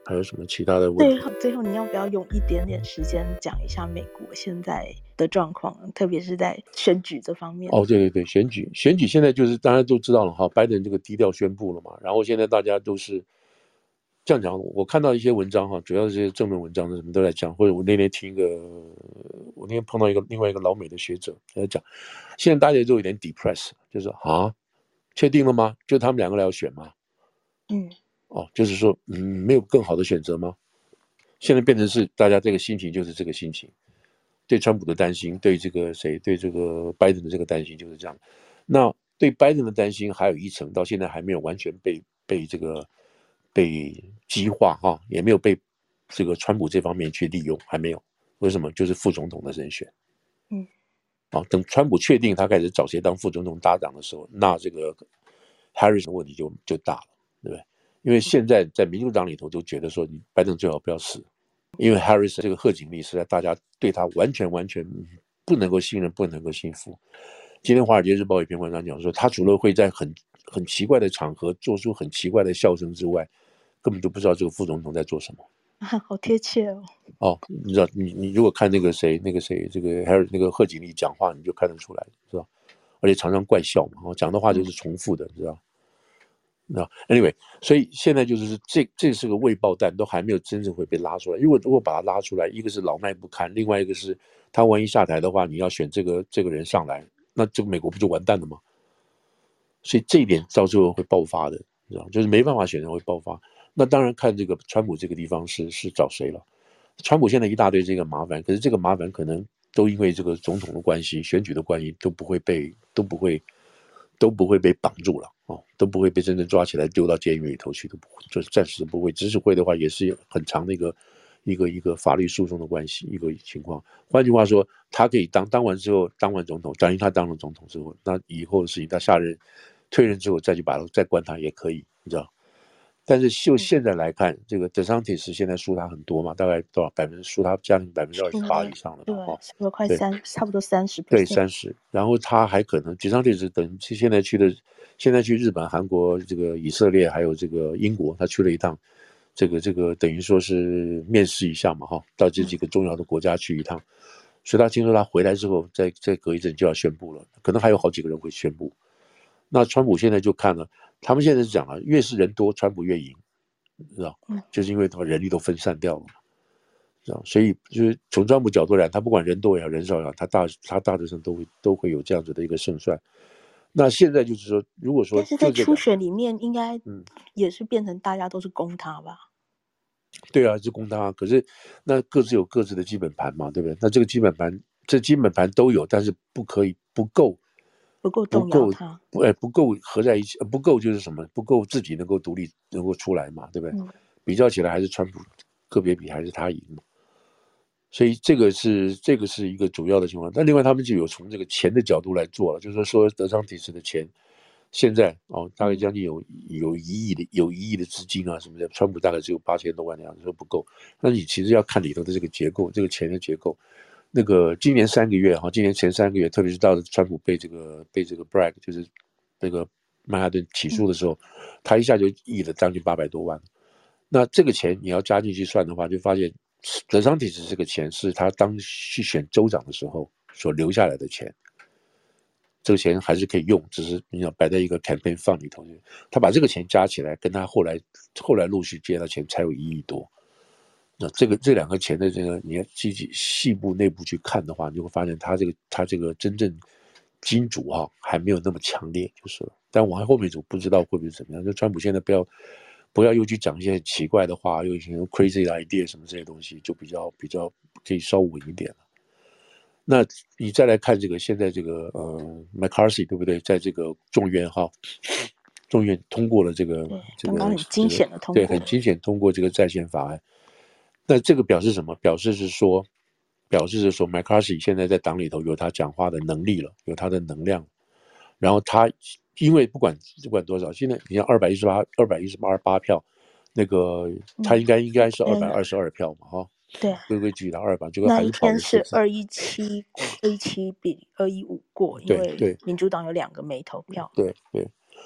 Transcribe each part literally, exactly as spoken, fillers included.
还有什么其他的问题？ 最后，最后你要不要用一点点时间讲一下美国现在的状况，特别是在选举这方面？ 哦，对对对，选举选举现在就是大家都知道了哈，拜登这个低调宣布了嘛，然后现在大家都是这样讲。我看到一些文章哈，主要是这些正论文章什么都在讲，或者我那天听一个，我那天碰到一个另外一个老美的学者在讲，现在大家都有点 depressed， 就是啊，确定了吗？就他们两个来要选吗？ 嗯， 哦，就是说，嗯，没有更好的选择吗？现在变成是大家这个心情就是这个心情，对川普的担心，对这个谁，对这个拜登的这个担心就是这样。那对拜登的担心还有一层，到现在还没有完全被被这个被激化哈，也没有被这个川普这方面去利用，还没有。为什么？就是副总统的人选。 嗯， 啊，等川普确定他开始找谁当副总统搭档的时候，那这个 Harris 的问题就就大了，对不对？因为现在在民主党里头都觉得说，你拜登最好不要死，因为 Harris 这个贺锦丽实在大家对他完全完全不能够信任，不能够信服。今天《华尔街日报》有篇文章讲说，他除了会在很很奇怪的场合做出很奇怪的笑声之外，根本就不知道这个副总统在做什么。 啊，好贴切哦。 哦，你知道，你你如果看那个谁，那个谁，这个 Harry 那个贺锦丽讲话，你就看得出来，知道？而且常常怪笑嘛，讲的话就是重复的，知道？那 anyway， 所以现在就是这这是个未爆弹，都还没有真正会被拉出来。如果如果把它拉出来，一个是老迈不堪，另外一个是他万一下台的话，你要选这个这个人上来，那这个美国不就完蛋了吗？所以这一点到最后会爆发的，你知道，就是没办法选人会爆发。那当然看这个川普这个地方是是找谁了。川普现在一大堆这个麻烦，可是这个麻烦可能都因为这个总统的关系、选举的关系，都不会被都不会都不会被绑住了哦，都不会被真正抓起来丢到监狱里头去，都不会，就是暂时不会。执事会的话也是很长的一个一个一个法律诉讼的关系一个情况。换句话说，他可以当当完之后，当完总统，等于他当了总统之后，那以后的事情他下任退任之后再去把他再关他也可以，你知道。但是就现在来看，这个 DeSantis 现在输他很多嘛，大概多少百分之输他将近百分之二十八以上了对， 吧？ 差不多快三，差不多三十。 对，三十。然后他还可能 DeSantis 等现在去的，现在去日本、韩国、这个以色列还有这个英国，他去了一趟，这个这个等于说是面试一下嘛，哈，到这几个重要的国家去一趟。所以他听说他回来之后，再再隔一阵就要宣布了，可能还有好几个人会宣布。那川普现在就看了，他们现在是讲了，越是人多，川普越赢。知道，就是因为他人力都分散掉了，知道，所以就是从川普角度来，他不管人多也好，人少也好，他大他大致上都会都会有这样子的一个胜算。那现在就是说，如果说但是在初选里面，应该也是变成大家都是攻他吧？ 嗯、对啊，是攻他，可是那各自有各自的基本盘嘛，对不对？那这个基本盘，这基本盘都有，但是不可以不够。 不够动摇他， 不哎不够合在一起，不够就是什么？不够自己能够独立，能够出来嘛，对不对？嗯、比较起来还是川普个别比还是他赢嘛，所以这个是这个是一个主要的情况。但另外他们就有从这个钱的角度来做了，就是说德桑蒂斯的钱现在哦大概将近有有一亿的有一亿的资金啊什么的，川普大概只有八千多万的样子，说不够。那你其实要看里头的这个结构，这个钱的结构。那个今年三个月哈，今年前三个月，特别是到川普被这个被这个 Bragg 就是那个曼哈顿起诉的时候，他一下就溢了将近八百多万。那这个钱你要加进去算的话，就发现德桑蒂斯这个钱是他当去选州长的时候所留下来的钱，这个钱还是可以用，只是你要摆在一个 campaign fund 里头。他把这个钱加起来，跟他后来后来陆续接到钱才有一亿多。那这个这两个钱的这个，你要细细部内部去看的话，你就会发现它这个它这个真正金主哈、啊、还没有那么强烈，就是了。但往后面走不知道会不会怎么样。就川普现在不要不要又去讲一些奇怪的话，又一些 crazy idea 什么这些东西，就比较比较可以稍稳一点了。那你再来看这个现在这个呃 McCarthy 对不对？在这个众院哈。众院通过了这个这个刚刚很惊险的通过， 对，很惊险通过这个在宪法案。那这个表示什么？表示是说，表示是说 ，McCarthy 现在在党里头有他讲话的能力了，有他的能量。然后他因为不管不管多少，现在你像二百一十八、二百一十八八票，那个他应该、嗯、应该是二百二十二票嘛，哈、嗯。 对， 规规矩矩的二百，结果还是跑了那一天是二一七，二一七比二一五过，因为民主党有两个没投票。 对对。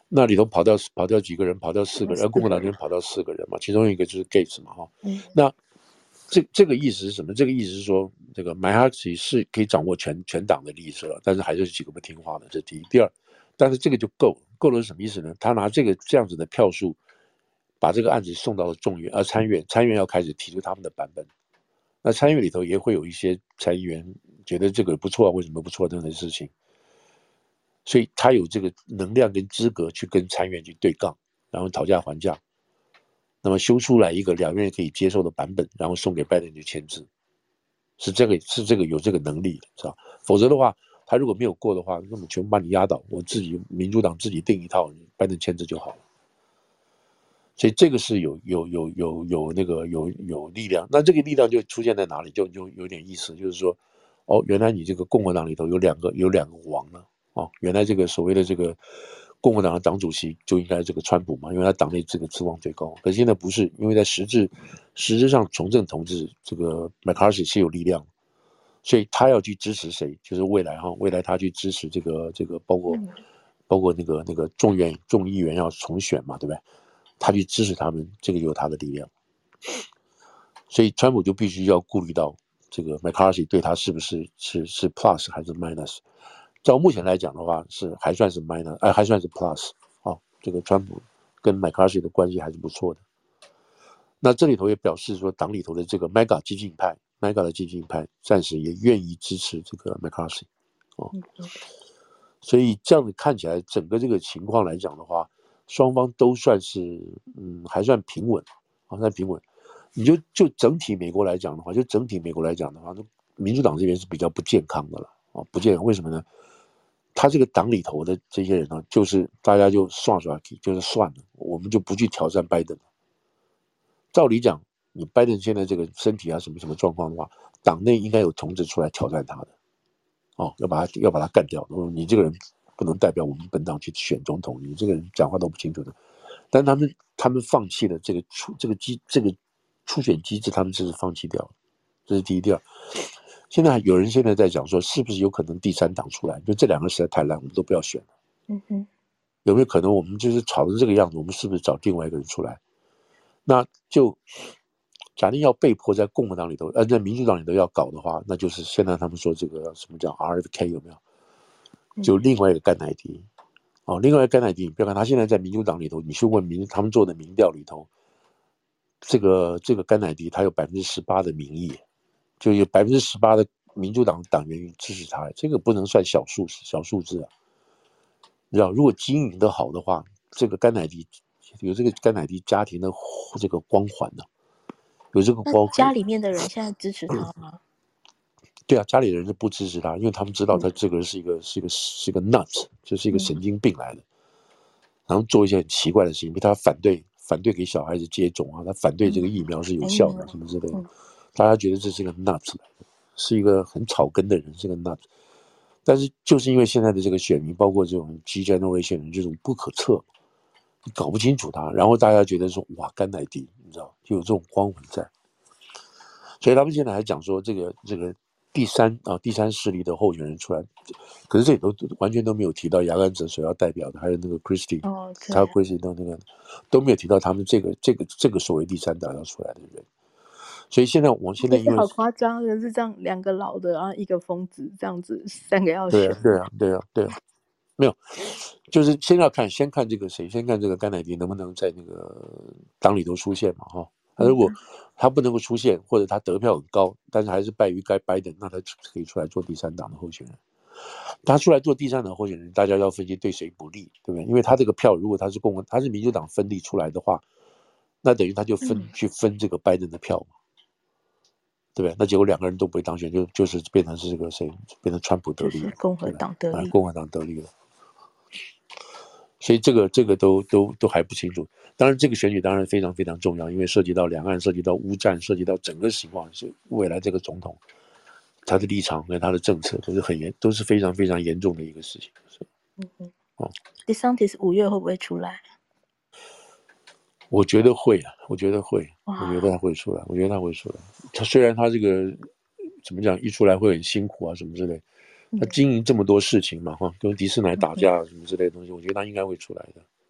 那里头跑掉跑掉几个人，跑掉四个人，而共和党人跑掉四个人嘛，其中一个就是 Gates 嘛，哈。 嗯， 那这这个意思是什么？这个意思是说，这个 McCarthy 是可以掌握全全党的利益了，但是还是几个不听话的，这是第一。第二，但是这个就够了，够了是什么意思呢？他拿这个这样子的票数，把这个案子送到了众院，而参院参院要开始提出他们的版本。那参院里头也会有一些参议员觉得这个不错，为什么不错这样的事情。所以他有这个能量跟资格去跟参院去对杠，然后讨价还价，那么修出来一个两院可以接受的版本，然后送给拜登去签字，是这个是这个有这个能力的，是吧？否则的话，他如果没有过的话，那么全部把你压倒，我自己民主党自己定一套，拜登签字就好了。所以这个是有有有有有那个有有力量，那这个力量就出现在哪里？就就有点意思，就是说，哦，原来你这个共和党里头有两个有两个王了。哦，原来这个所谓的这个共和党的党主席就应该这个川普嘛，因为他党内这个资望最高。可是现在不是，因为在实质实质上从政统治这个 McCarthy 是有力量，所以他要去支持谁，就是未来哈，未来他去支持这个这个包括、嗯、包括那个那个众院众议员要重选嘛，对不对？他去支持他们，这个有他的力量。所以川普就必须要顾虑到这个 McCarthy 对他是不是是是 plus 还是 minus。照目前来讲的话，是还算是 minus， 哎，还算是 plus。哦，这个川普跟 McCarthy 的关系还是不错的。那这里头也表示说，党里头的这个 mega 激进派 ，mega 的激进派暂时也愿意支持这个 McCarthy。哦，所以这样子看起来，整个这个情况来讲的话，双方都算是嗯还算平稳，还算平稳。你就就整体美国来讲的话，就整体美国来讲的话，民主党这边是比较不健康的了。哦，不健康，为什么呢？他这个党里头的这些人呢，就是大家就算算，就是算了，我们就不去挑战拜登了。照理讲，你拜登现在这个身体啊什么什么状况的话，党内应该有同志出来挑战他的，哦，要把他要把他干掉。你这个人不能代表我们本党去选总统，你这个人讲话都不清楚的。但他们他们放弃了这个初这个机这个初选机制，他们这是放弃掉了，这是第一。第二，现在有人现在在讲说，是不是有可能第三党出来？就这两个实在太烂，我们都不要选了。 嗯哼， 有没有可能我们就是吵成这个样子？我们是不是找另外一个人出来？那就假定要被迫在共和党里头，呃，在民主党里头要搞的话，那就是现在他们说这个什么叫 R F K 有没有？就另外一个甘乃迪。哦，另外一个甘乃迪，你不要看他现在在民主党里头，你去问民他们做的民调里头，这个这个甘乃迪他有百分之十八的民意。就有百分之十八的民主党党员支持他，这个不能算小数小数字啊。你知道，如果经营的好的话，这个甘乃迪有这个甘乃迪家庭的这个光环呢、啊，有这个光。 家里面的人现在支持他吗？ 对啊，家里人是不支持他，因为他们知道他这个是一个、嗯、是一个是一个 nuts， 就是一个神经病来的，嗯、然后做一些很奇怪的事情，比如他反对反对给小孩子接种啊，他反对这个疫苗是有效的、嗯、什么之类的。嗯，大家觉得这是一个 nuts 来的，是一个很草根的人，是个 nuts。但是就是因为现在的这个选民，包括这种 G generation 人，这种不可测，你搞不清楚他，然后大家觉得说哇，甘乃迪，你知道，就有这种光环在。所以他们现在还讲说，这个这个第三啊第三势力的候选人出来，可是这里都完全都没有提到雅甘哲所要代表的，还有那个 Christie， 哦，还有 Christie 都那个都没有提到他们这个这个这个所谓第三党要出来的人。所以现在我现在因为好夸张，就是这样两个老的，然后一个疯子，这样子三个要选。 对啊，对啊，对啊，对啊，没有，就是先要看，先看这个谁，先看这个甘乃迪能不能在那个党里头出现嘛，哈。他如果他不能够出现，或者他得票很高，但是还是败于该拜登，那他可以出来做第三党的候选人。他出来做第三党候选人，大家要分析对谁不利，对不对？因为他这个票，如果他是共和，他是民主党分立出来的话，那等于他就分、嗯、去分这个拜登的票嘛。对不对？那结果两个人都不会当选，就就是变成是这个谁，变成川普得利了， 就是共和党得利， 啊，共和党得利了。所以这个这个都都都还不清楚。当然，这个选举当然非常非常重要，因为涉及到两岸，涉及到乌战，涉及到整个情况，是未来这个总统他的立场跟他的政策都是很严，都是非常非常严重的一个事情。 嗯嗯。哦 ，DeSantis 五月会不会出来？ 我觉得会啊，我觉得会，我觉得他会出来，我觉得他会出来。他虽然他这个怎么讲，一出来会很辛苦啊，什么之类，他经营这么多事情嘛，哈，跟迪士尼打架什么之类的东西，我觉得他应该会出来的。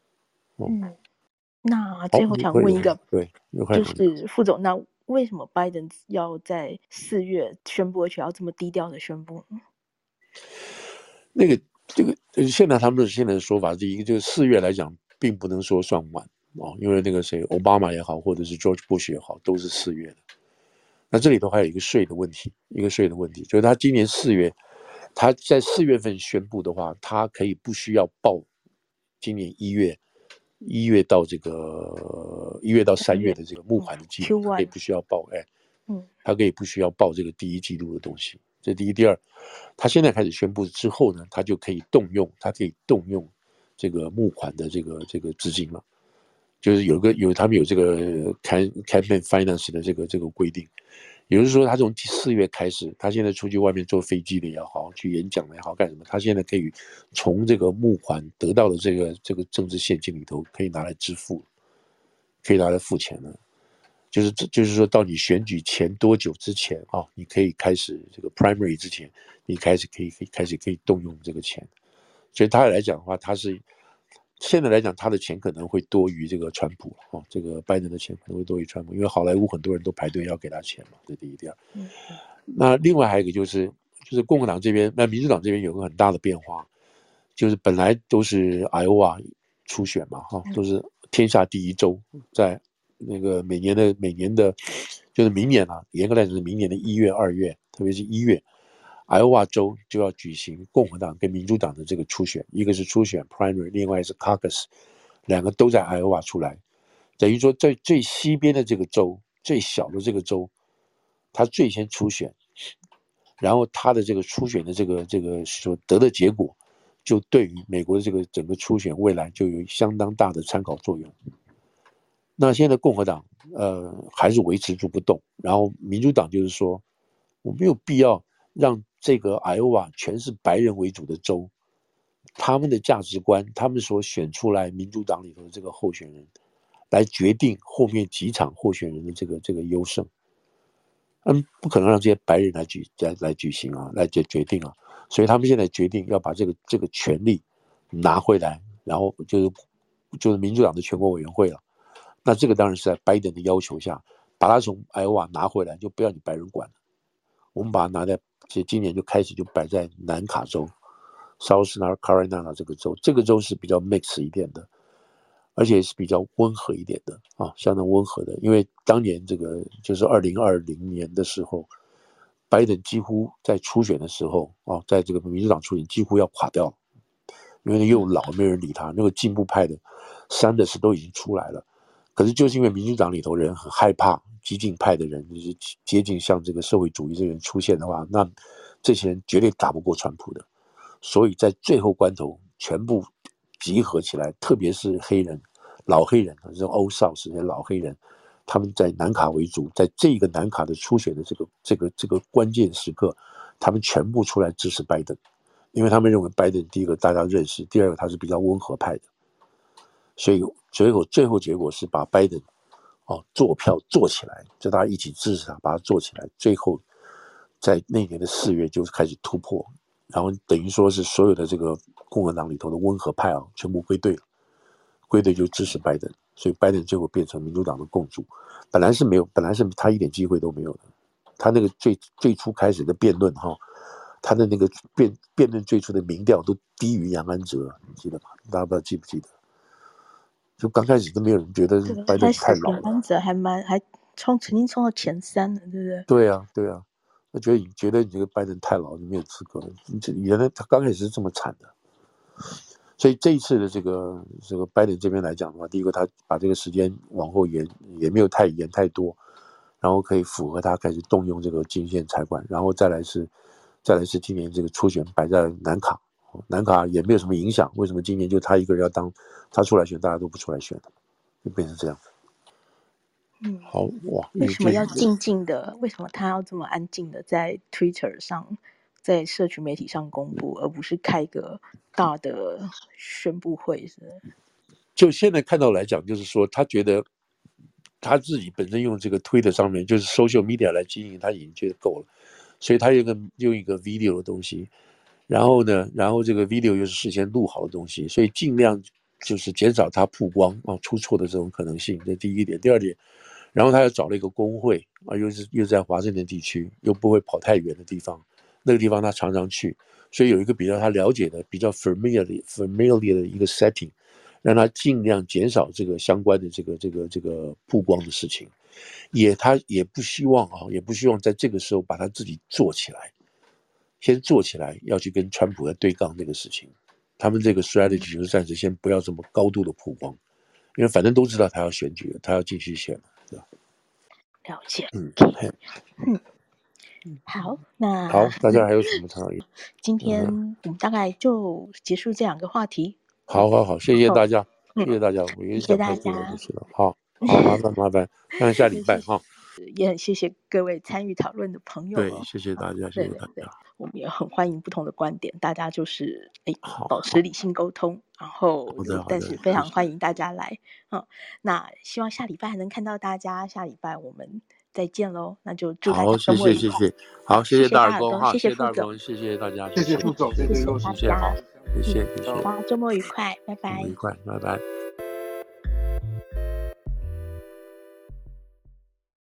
哦、 嗯，那最后想问一个， 对， 就是副总，那为什么拜登要在四月宣布，而且要这么低调的宣布呢？ 那个这个现在他们现在的说法，第一个就是四月来讲，并不能说算晚哦，因为那个谁，奥巴马也好，或者是 George Bush 也好，都是四月的。那这里头还有一个税的问题，一个税的问题，就是他今年四月，他在四月份宣布的话，他可以不需要报今年一月一月到这个一月到三月的这个募款的记录，他可以不需要报，哎，嗯，他可以不需要报这个第一季度的东西。这第一，第二，他现在开始宣布之后呢，他就可以动用，他可以动用这个募款的这个这个资金了，就是有个有他们有这个 campaign finance 的这个这个规定。也就是说，他从四月开始，他现在出去外面坐飞机的也好，去演讲的也好，干什么？他现在可以从这个募款得到的这个这个政治现金里头，可以拿来支付，可以拿来付钱了。就是就是说到你选举前多久之前啊，你可以开始这个 primary 之前，你开始可以可以开始可以动用这个钱。所以他来讲的话，他是现在来讲，他的钱可能会多于这个川普啊，这个拜登的钱可能会多于川普，因为好莱坞很多人都排队要给他钱嘛，这第一第二。嗯，那另外还有一个就是，就是共和党这边，那民主党这边有个很大的变化，就是本来都是 Iowa 初选嘛，哈，都是天下第一州，在那个每年的每年的，就是明年啊，严格来讲是明年的一月、二月，特别是一月。Iowa 州就要举行共和党跟民主党的这个初选，一个是初选 primary， 另外是 caucus， 两个都在 Iowa 出来，等于说在最西边的这个州，最小的这个州，他最先初选，然后他的这个初选的这个这个所得的结果，就对于美国的这个整个初选未来就有相当大的参考作用。那现在共和党呃还是维持住不动，然后民主党就是说，我没有必要让这个 Iowa 全是白人为主的州，他们的价值观，他们所选出来民主党里头的这个候选人，来决定后面几场候选人的这个这个优胜。嗯，不可能让这些白人来举来来举行啊，来决决定啊，所以他们现在决定要把这个这个权利拿回来，然后就是就是民主党的全国委员会了。那这个当然是在拜登的要求下，把他从艾奥瓦拿回来，就不要你白人管了。我们把它拿在，其实今年就开始就摆在南卡州 ，South Carolina 这个州，这个州是比较 mix 一点的，而且是比较温和一点的啊，相当温和的。因为当年这个就是二零二零年的时候，拜登几乎在初选的时候啊，在这个民主党初选几乎要垮掉了，因为又老没人理他，那个进步派的 Sanders 都已经出来了。可是就是因为民主党里头人很害怕激进派的人，就是接近像这个社会主义这人出现的话，那这些人绝对打不过川普的。所以在最后关头全部集合起来，特别是黑人、老黑人，这种 Old South 这些老黑人，他们在南卡为主，在这个南卡的初选的这个这个这个关键时刻，他们全部出来支持拜登，因为他们认为拜登第一个大家认识，第二个他是比较温和派的。所以最后最后结果是把拜登哦做票做起来，就大家一起支持他，把他做起来。最后在那年的四月就开始突破，然后等于说是所有的这个共和党里头的温和派啊，全部归队了，归队就支持拜登，所以拜登最后变成民主党的共主。本来是没有，本来是他一点机会都没有的。他那个最最初开始的辩论哈，他的那个辩辩论最初的民调都低于杨安哲，你记得吗？大家不知道记不记得？就刚开始都没有人觉得拜登太老了， 杨安哲还蛮还冲曾经冲到前三的，对不对？ 对啊，对啊，他觉得你觉得你这个拜登太老，你没有资格了。原来他刚开始是这么惨的，所以这一次的这个这个拜登这边来讲的话，第一个他把这个时间往后延，也没有太延太多，然后可以符合他开始动用这个经线财管，然后再来是再来是今年这个初选摆在南卡。南卡也没有什么影响，为什么今年就他一个人要当他出来选，大家都不出来选，就变成这样。 嗯， 好哇， 为什么要静静的？为什么他要这么安静的在 Twitter 上，在社群媒体上公布，而不是开个大的宣布会？是？ 就现在看到来讲，就是说他觉得他自己本身用这个 Twitter 上面就是 social media 来经营，他已经觉得够了，所以他用个用一个 video 的东西。然后呢，然后这个 video 又是事先录好的东西，所以尽量就是减少他曝光啊出错的这种可能性，这第一点。第二点，然后他又找了一个工会啊，又是又在华盛顿地区，又不会跑太远的地方，那个地方他常常去，所以有一个比较他了解的、比较 familiar 的 familiar 的一个 setting， 让他尽量减少这个相关的这个这个这个曝光的事情，也他也不希望啊，也不希望在这个时候把他自己做起来，先做起来要去跟川普来对杠那个事情。他们这个 strategy 就是暂时先不要这么高度的曝光，因为反正都知道他要选举了，他要继续选了，对吧？ 了解。 嗯， 嗯，好，那好，大家还有什么讨论？ 今天我们大概就结束这两个话题。 好好好，谢谢大家， 嗯、 谢谢大家，我也谢谢大讲太多了， 家。 就是了。好，好，麻烦麻烦，看下礼拜哈。 也很谢谢各位参与讨论的朋友、哦。 对，谢谢大家，谢谢大家。 对对对，我们也很欢迎不同的观点，大家就是哎保持理性沟通，然后但是非常欢迎大家来。嗯，那希望下礼拜还能看到大家，下礼拜我们再见喽。那就祝大家周末愉快。 好，谢谢谢谢，好，谢谢大耳公哈， 谢谢谢大耳公， 谢谢大家， 谢谢副总，谢谢谢谢，好，谢谢谢谢， 大家周末愉快，拜拜。 愉快，拜拜。